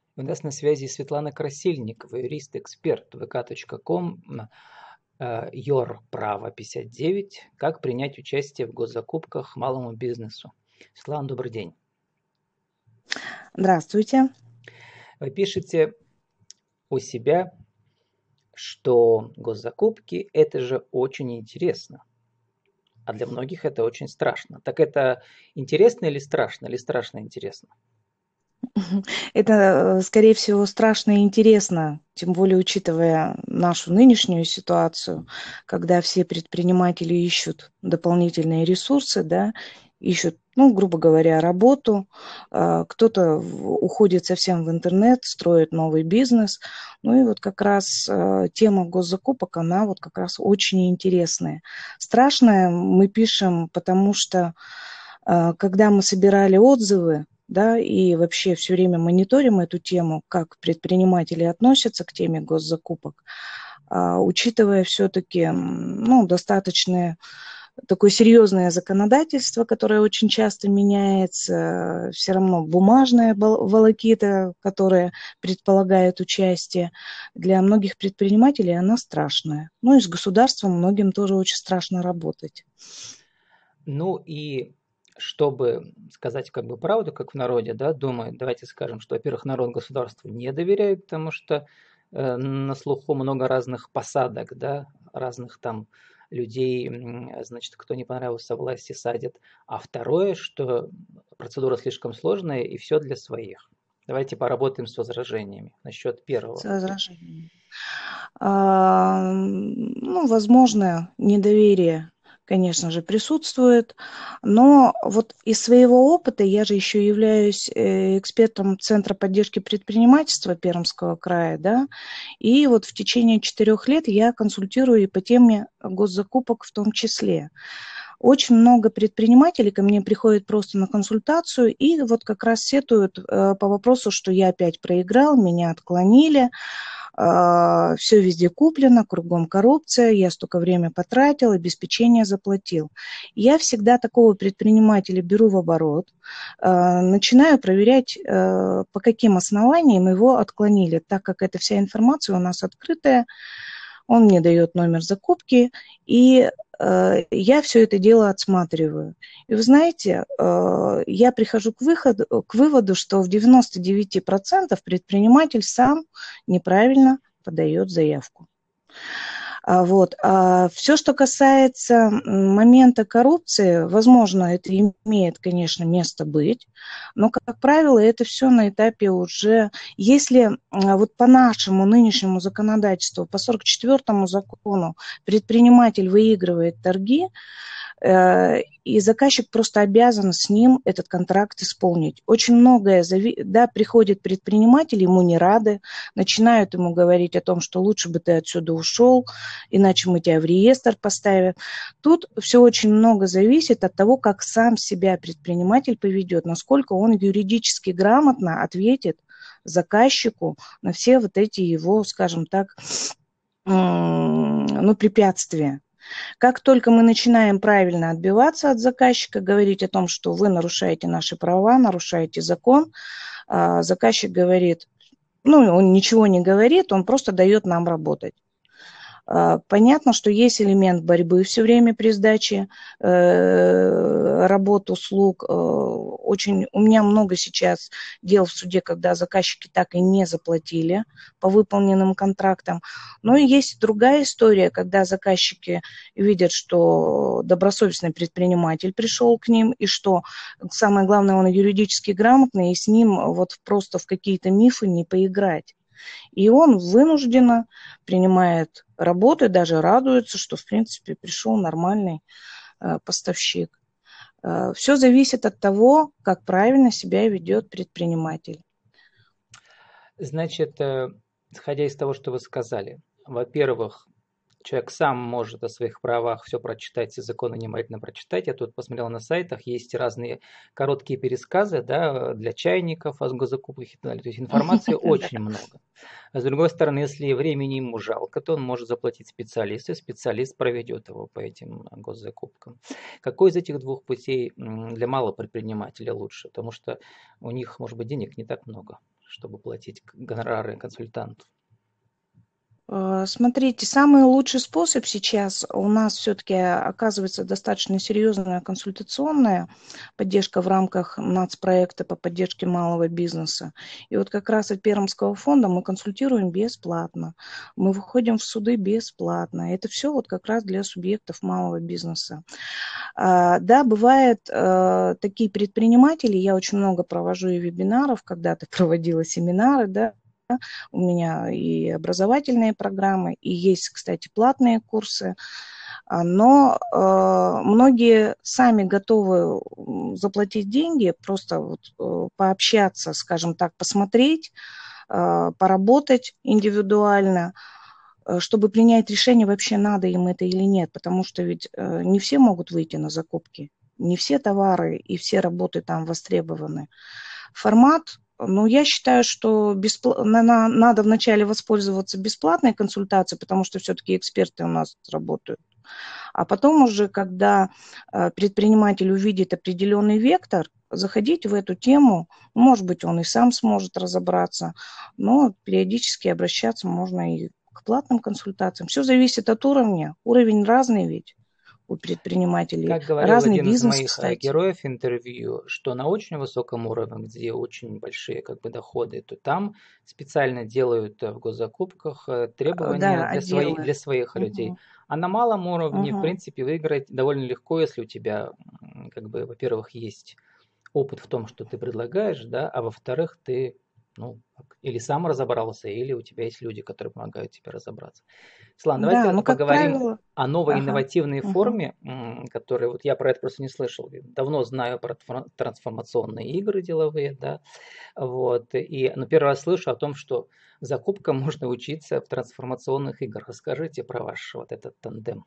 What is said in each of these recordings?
У нас на связи Светлана Красильникова, юрист-эксперт, vk.com, ЙОР Право 59. Как принять участие в госзакупках малому бизнесу? Светлана, добрый день. Здравствуйте. Вы пишете у себя, что госзакупки – это же очень интересно, а для многих это очень страшно. Так это интересно или страшно интересно? Это, скорее всего, страшно и интересно, тем более учитывая нашу нынешнюю ситуацию, когда все предприниматели ищут дополнительные ресурсы, да, ищут, ну, грубо говоря, работу, кто-то уходит совсем в интернет, строит новый бизнес. Ну и вот как раз тема госзакупок, она вот как раз очень интересная. Страшная мы пишем, потому что когда мы собирали отзывы, да, и вообще все время мониторим эту тему, как предприниматели относятся к теме госзакупок, учитывая все-таки, ну, достаточно такое серьезное законодательство, которое очень часто меняется, все равно бумажная волокита, которая предполагает участие, для многих предпринимателей она страшная. Ну и с государством многим тоже очень страшно работать. Ну и чтобы сказать как бы правду, как в народе, да, думают, давайте скажем, что, во-первых, народ государству не доверяет, потому что на слуху много разных посадок, да, разных там людей, значит, кто не понравился власти, садят. А второе, что процедура слишком сложная и все для своих. Давайте поработаем с возражениями насчет С первого. возражениями. Ну, возможно, недоверие, конечно же, присутствует, но вот из своего опыта я же еще являюсь экспертом Центра поддержки предпринимательства Пермского края, да, и вот в течение 4 лет я консультирую и по теме госзакупок в том числе. Очень много предпринимателей ко мне приходят просто на консультацию и вот как раз сетуют по вопросу, что я опять проиграл, меня отклонили, все везде куплено, кругом коррупция, я столько время потратил, обеспечение заплатил. Я всегда такого предпринимателя беру в оборот, начинаю проверять, по каким основаниям его отклонили, так как эта вся информация у нас открытая, он мне дает номер закупки, и я все это дело отсматриваю. И вы знаете, я прихожу к выводу, что в 99% предприниматель сам неправильно подает заявку. Вот. Все, что касается момента коррупции, возможно, это имеет, конечно, место быть, но, как правило, это все на этапе уже, если вот по нашему нынешнему законодательству, по 44-му закону предприниматель выигрывает торги, и заказчик просто обязан с ним этот контракт исполнить. Очень многое, да, приходит предприниматель, ему не рады, начинают ему говорить о том, что лучше бы ты отсюда ушел, иначе мы тебя в реестр поставим. Тут все очень много зависит от того, как сам себя предприниматель поведет, насколько он юридически грамотно ответит заказчику на все вот эти его, скажем так, ну, препятствия. Как только мы начинаем правильно отбиваться от заказчика, говорить о том, что вы нарушаете наши права, нарушаете закон, заказчик говорит, ну, он ничего не говорит, он просто дает нам работать. Понятно, что есть элемент борьбы все время при сдаче работ, услуг. Очень, у меня много сейчас дел в суде, когда заказчики так и не заплатили по выполненным контрактам. Но и есть другая история, когда заказчики видят, что добросовестный предприниматель пришел к ним, и что самое главное, он юридически грамотный, и с ним вот просто в какие-то мифы не поиграть. И он вынужденно принимает работу и даже радуется, что, в принципе, пришел нормальный поставщик. Все зависит от того, как правильно себя ведет предприниматель. Значит, исходя из того, что вы сказали, во-первых, человек сам может о своих правах все прочитать, все законы внимательно прочитать. Я тут посмотрел на сайтах, есть разные короткие пересказы, да, для чайников о госзакупках и так далее. То есть информации очень много. А с другой стороны, если времени ему жалко, то он может заплатить специалисту, и специалист проведет его по этим госзакупкам. Какой из этих двух путей для малого предпринимателя лучше? Потому что у них, может быть, денег не так много. чтобы платить гонорары консультанту? Смотрите, самый лучший способ сейчас у нас все-таки оказывается достаточно серьезная консультационная поддержка в рамках нацпроекта по поддержке малого бизнеса. И вот как раз от Пермского фонда мы консультируем бесплатно, мы выходим в суды бесплатно. Это все вот как раз для субъектов малого бизнеса. Да, бывают такие предприниматели, я очень много провожу и вебинаров, когда-то проводила семинары, да, у меня и образовательные программы, и есть, кстати, платные курсы, но многие сами готовы заплатить деньги, просто вот, пообщаться, скажем так, посмотреть, поработать индивидуально, чтобы принять решение, вообще надо им это или нет, потому что ведь не все могут выйти на закупки, не все товары и все работы там востребованы. Формат, ну, я считаю, что надо вначале воспользоваться бесплатной консультацией, потому что все-таки эксперты у нас работают. А потом уже, когда предприниматель увидит определенный вектор, заходить в эту тему, может быть, он и сам сможет разобраться, но периодически обращаться можно и к платным консультациям. Все зависит от уровня. Уровень разный ведь у предпринимателей. Как говорил Разный один из бизнес, моих кстати. героев интервью, что на очень высоком уровне, где очень большие как бы доходы, то там специально делают в госзакупках требования Да, отделы. для своих людей. Мгм. А на малом уровне, в Мгм. принципе, выиграть довольно легко, если у тебя, как бы, во-первых, есть опыт в том, что ты предлагаешь, да, а во-вторых, ты, ну, или сам разобрался, или у тебя есть люди, которые помогают тебе разобраться. Светлана, Да, давайте ну, как поговорим правило, о новой ага. инновативной Мгм. форме, которая, вот я про это просто не слышал. Я давно знаю про трансформационные игры деловые, да, вот, но первый раз слышу о том, что закупкам можно учиться в трансформационных играх. Расскажите про ваш вот этот тандем.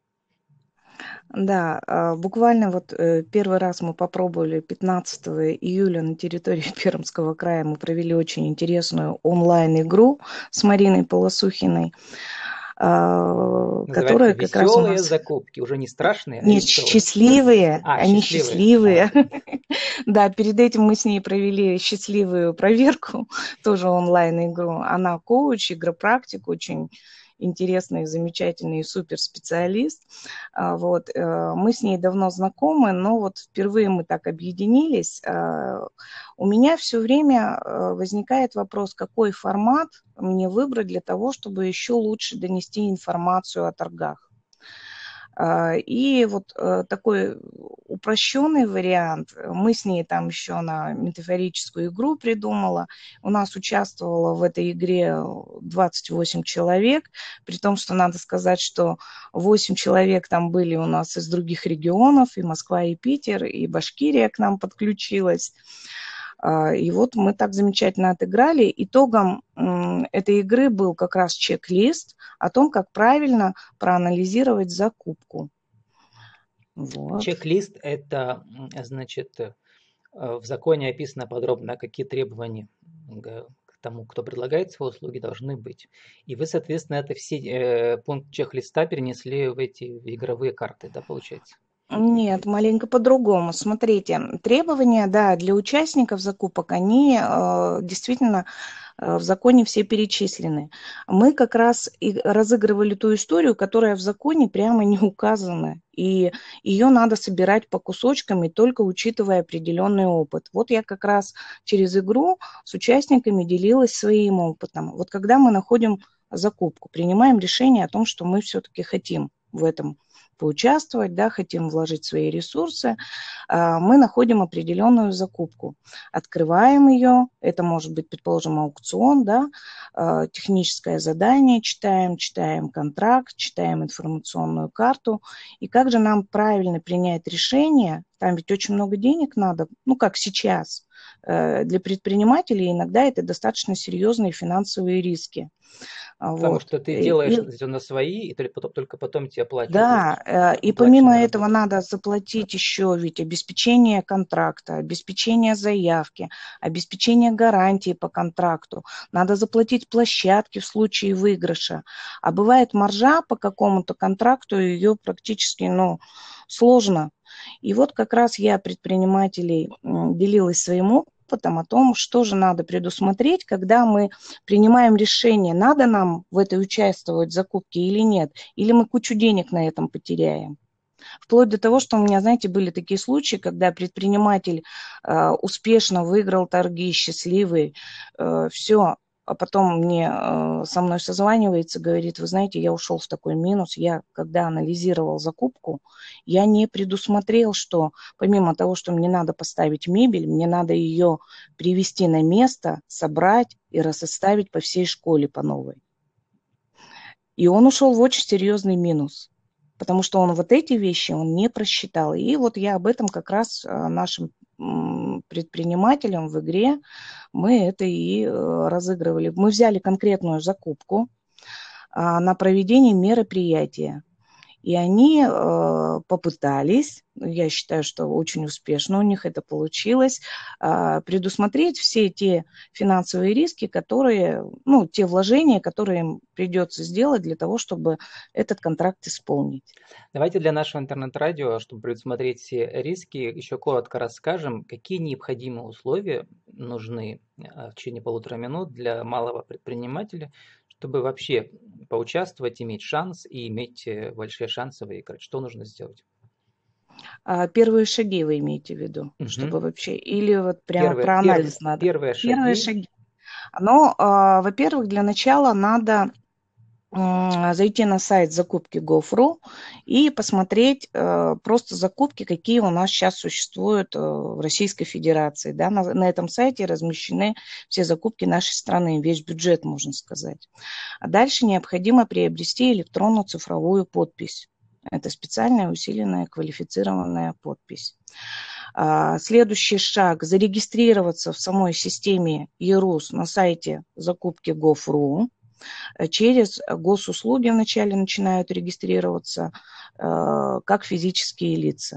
Да, буквально вот первый раз мы попробовали 15 июля на территории Пермского края. Мы провели очень интересную онлайн-игру с Мариной Полосухиной, Называется которая как раз у «Веселые нас... закупки». Уже не страшные, а Нет, веселые. счастливые, А, они счастливые. счастливые. Да, перед этим мы с ней провели счастливую проверку, тоже онлайн-игру. Она коуч, игропрактик, очень интересный, замечательный и суперспециалист. Вот. Мы с ней давно знакомы, но вот впервые мы так объединились. У меня все время возникает вопрос, какой формат мне выбрать для того, чтобы еще лучше донести информацию о торгах. И вот такой упрощенный вариант. Мы с ней там еще на метафорическую игру придумала. У нас участвовало в этой игре 28 человек, при том, что надо сказать, что 8 человек там были у нас из других регионов, и Москва, и Питер, и Башкирия к нам подключилась. И вот мы так замечательно отыграли. Итогом этой игры был как раз чек-лист о том, как правильно проанализировать закупку. Вот. Чек-лист – это, значит, в законе описано подробно, какие требования к тому, кто предлагает свои услуги, должны быть. И вы, соответственно, это все пункт чек-листа перенесли в эти игровые карты, да, получается? Нет, маленько по-другому. Смотрите, требования, да, для участников закупок, они действительно в законе все перечислены. Мы как раз и разыгрывали ту историю, которая в законе прямо не указана. И ее надо собирать по кусочкам и только учитывая определенный опыт. Вот я как раз через игру с участниками делилась своим опытом. Вот когда мы находим закупку, принимаем решение о том, что мы все-таки хотим в этом поучаствовать, да, хотим вложить свои ресурсы, мы находим определенную закупку, открываем ее, это может быть, предположим, аукцион, да, техническое задание читаем контракт, читаем информационную карту, и как же нам правильно принять решение, там ведь очень много денег надо, ну, как сейчас, для предпринимателей иногда это достаточно серьезные финансовые риски. Потому Вот. что ты И делаешь это на свои, и только потом тебе оплачивают, да, и помимо оплаченную этого работу. надо заплатить еще ведь обеспечение контракта, обеспечение заявки, обеспечение гарантии по контракту. Надо заплатить площадке в случае выигрыша. А бывает маржа по какому-то контракту, ее практически, ну, сложно. И вот как раз я предпринимателей делилась своим опытом, опытом о том, что же надо предусмотреть, когда мы принимаем решение, надо нам в этой участвовать в закупке или нет, или мы кучу денег на этом потеряем. Вплоть до того, что у меня, знаете, были такие случаи, когда предприниматель успешно выиграл торги, счастливый, все, а потом мне со мной созванивается, говорит, вы знаете, я ушел в такой минус, я, когда анализировал закупку, я не предусмотрел, что помимо того, что мне надо поставить мебель, мне надо ее привести на место, собрать и расставить по всей школе по новой. И он ушел в очень серьезный минус, потому что он вот эти вещи он не просчитал. И вот я об этом как раз нашим предпринимателям в игре мы это и разыгрывали. Мы взяли конкретную закупку на проведение мероприятия. И они попытались, я считаю, что очень успешно у них это получилось, предусмотреть все те финансовые риски, которые, ну, те вложения, которые им придется сделать для того, чтобы этот контракт исполнить. Давайте для нашего интернет-радио, чтобы предусмотреть все риски, еще коротко расскажем, какие необходимые условия нужны в течение 1,5 минут для малого предпринимателя, чтобы вообще поучаствовать, иметь шанс и иметь большие шансы выиграть. Что нужно сделать? Первые шаги вы имеете в виду, Мгм. чтобы вообще, или вот прямо Первые, про первые, анализ надо? первые Первые шаги. шаги. Но, во-первых, для начала надо зайти на сайт закупки Go.ru и посмотреть просто закупки, какие у нас сейчас существуют в Российской Федерации. Да? На этом сайте размещены все закупки нашей страны, весь бюджет, можно сказать. А дальше необходимо приобрести электронную цифровую подпись. Это специальная усиленная квалифицированная подпись. Следующий шаг – зарегистрироваться в самой системе ЕРУС на сайте закупки Gov.ru. Через госуслуги вначале начинают регистрироваться как физические лица.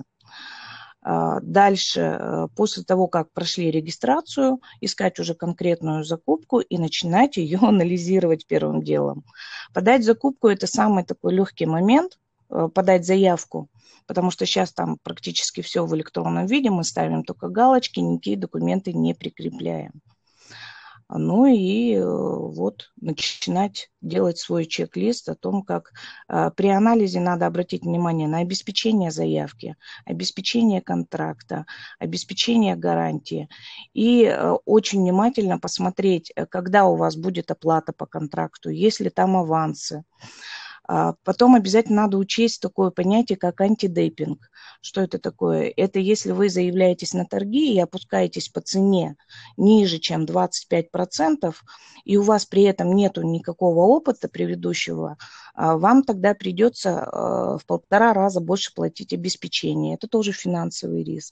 Дальше, после того, как прошли регистрацию, искать уже конкретную закупку и начинать ее анализировать первым делом. Подать закупку – это самый такой легкий момент, подать заявку, потому что сейчас там практически все в электронном виде, мы ставим только галочки, никакие документы не прикрепляем. Ну и вот начинать делать свой чек-лист о том, как при анализе надо обратить внимание на обеспечение заявки, обеспечение контракта, обеспечение гарантии. И очень внимательно посмотреть, когда у вас будет оплата по контракту, есть ли там авансы. Потом обязательно надо учесть такое понятие, как антидемпинг. Что это такое? Это если вы заявляетесь на торги и опускаетесь по цене ниже, чем 25%, и у вас при этом нет никакого опыта предыдущего, вам тогда придется в 1,5 раза больше платить обеспечение. Это тоже финансовый риск.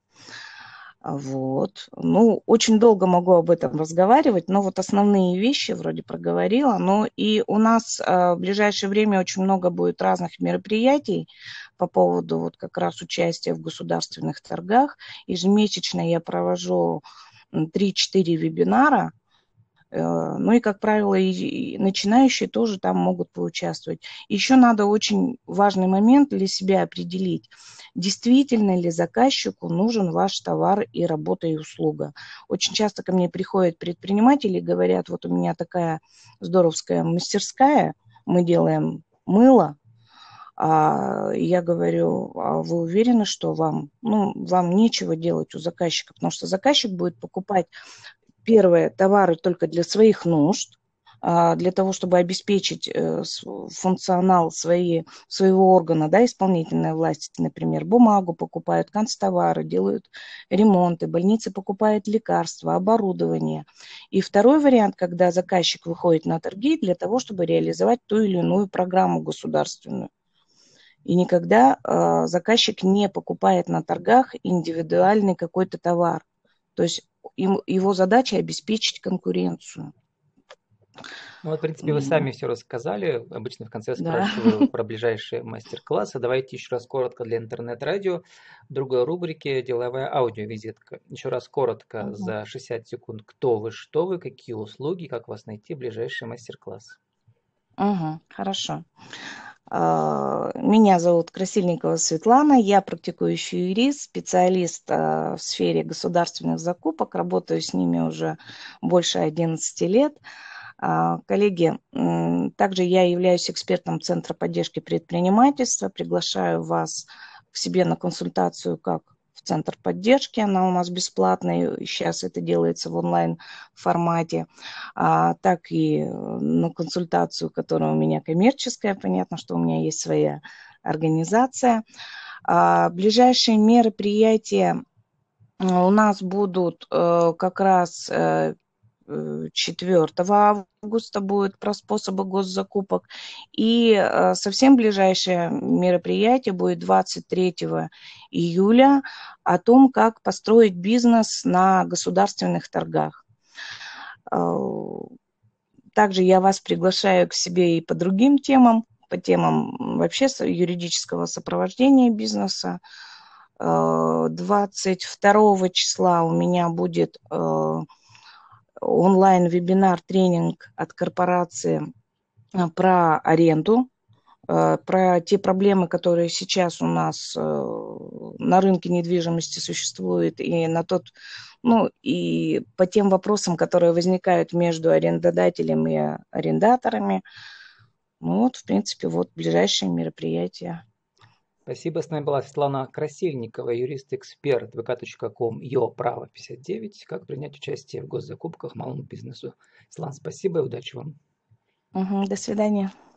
Вот. Ну, очень долго могу об этом разговаривать, но вот основные вещи вроде проговорила. Но и у нас в ближайшее время очень много будет разных мероприятий по поводу вот как раз участия в государственных торгах. Ежемесячно я провожу 3-4 вебинара. Ну и, как правило, и начинающие тоже там могут поучаствовать. Еще надо очень важный момент для себя определить, действительно ли заказчику нужен ваш товар и работа и услуга. Очень часто ко мне приходят предприниматели и говорят, вот у меня такая здоровская мастерская, мы делаем мыло, я говорю, а вы уверены, что вам нечего делать у заказчика, потому что заказчик будет покупать первое, товары только для своих нужд, для того, чтобы обеспечить функционал своего органа, да, исполнительной власти, например, бумагу покупают, канцтовары, делают ремонты, больницы покупают лекарства, оборудование. И второй вариант, когда заказчик выходит на торги для того, чтобы реализовать ту или иную программу государственную. И никогда заказчик не покупает на торгах индивидуальный какой-то товар. То есть его задача обеспечить конкуренцию. Ну вот, в принципе, вы сами все рассказали. Обычно в конце Да. спрашиваю про ближайшие мастер-классы. Давайте еще раз коротко для интернет-радио. В другой рубрике «Деловая аудиовизитка». Еще раз коротко за 60 секунд. Кто вы, что вы, какие услуги, как вас найти, ближайший мастер-класс. Хорошо. Меня зовут Красильникова Светлана, я практикующий юрист, специалист в сфере государственных закупок, работаю с ними уже больше 11 лет. Коллеги, также я являюсь экспертом Центра поддержки предпринимательства, приглашаю вас к себе на консультацию как в Центр поддержки, она у нас бесплатная, сейчас это делается в онлайн формате, так и на консультацию, которая у меня коммерческая, понятно, что у меня есть своя организация. Ближайшие мероприятия у нас будут как раз 4 августа будет про способы госзакупок. И совсем ближайшее мероприятие будет 23 июля о том, как построить бизнес на государственных торгах. Также я вас приглашаю к себе и по другим темам, по темам вообще юридического сопровождения бизнеса. 22 числа у меня будет онлайн-вебинар, тренинг от корпорации про аренду, про те проблемы, которые сейчас у нас на рынке недвижимости существуют, и и по тем вопросам, которые возникают между арендодателем и арендаторами. В принципе, ближайшие мероприятия. Спасибо. С нами была Светлана Красильникова, юрист-эксперт vk.com, ее право 59, как принять участие в госзакупках малому бизнесу. Светлана, спасибо и удачи вам. До свидания.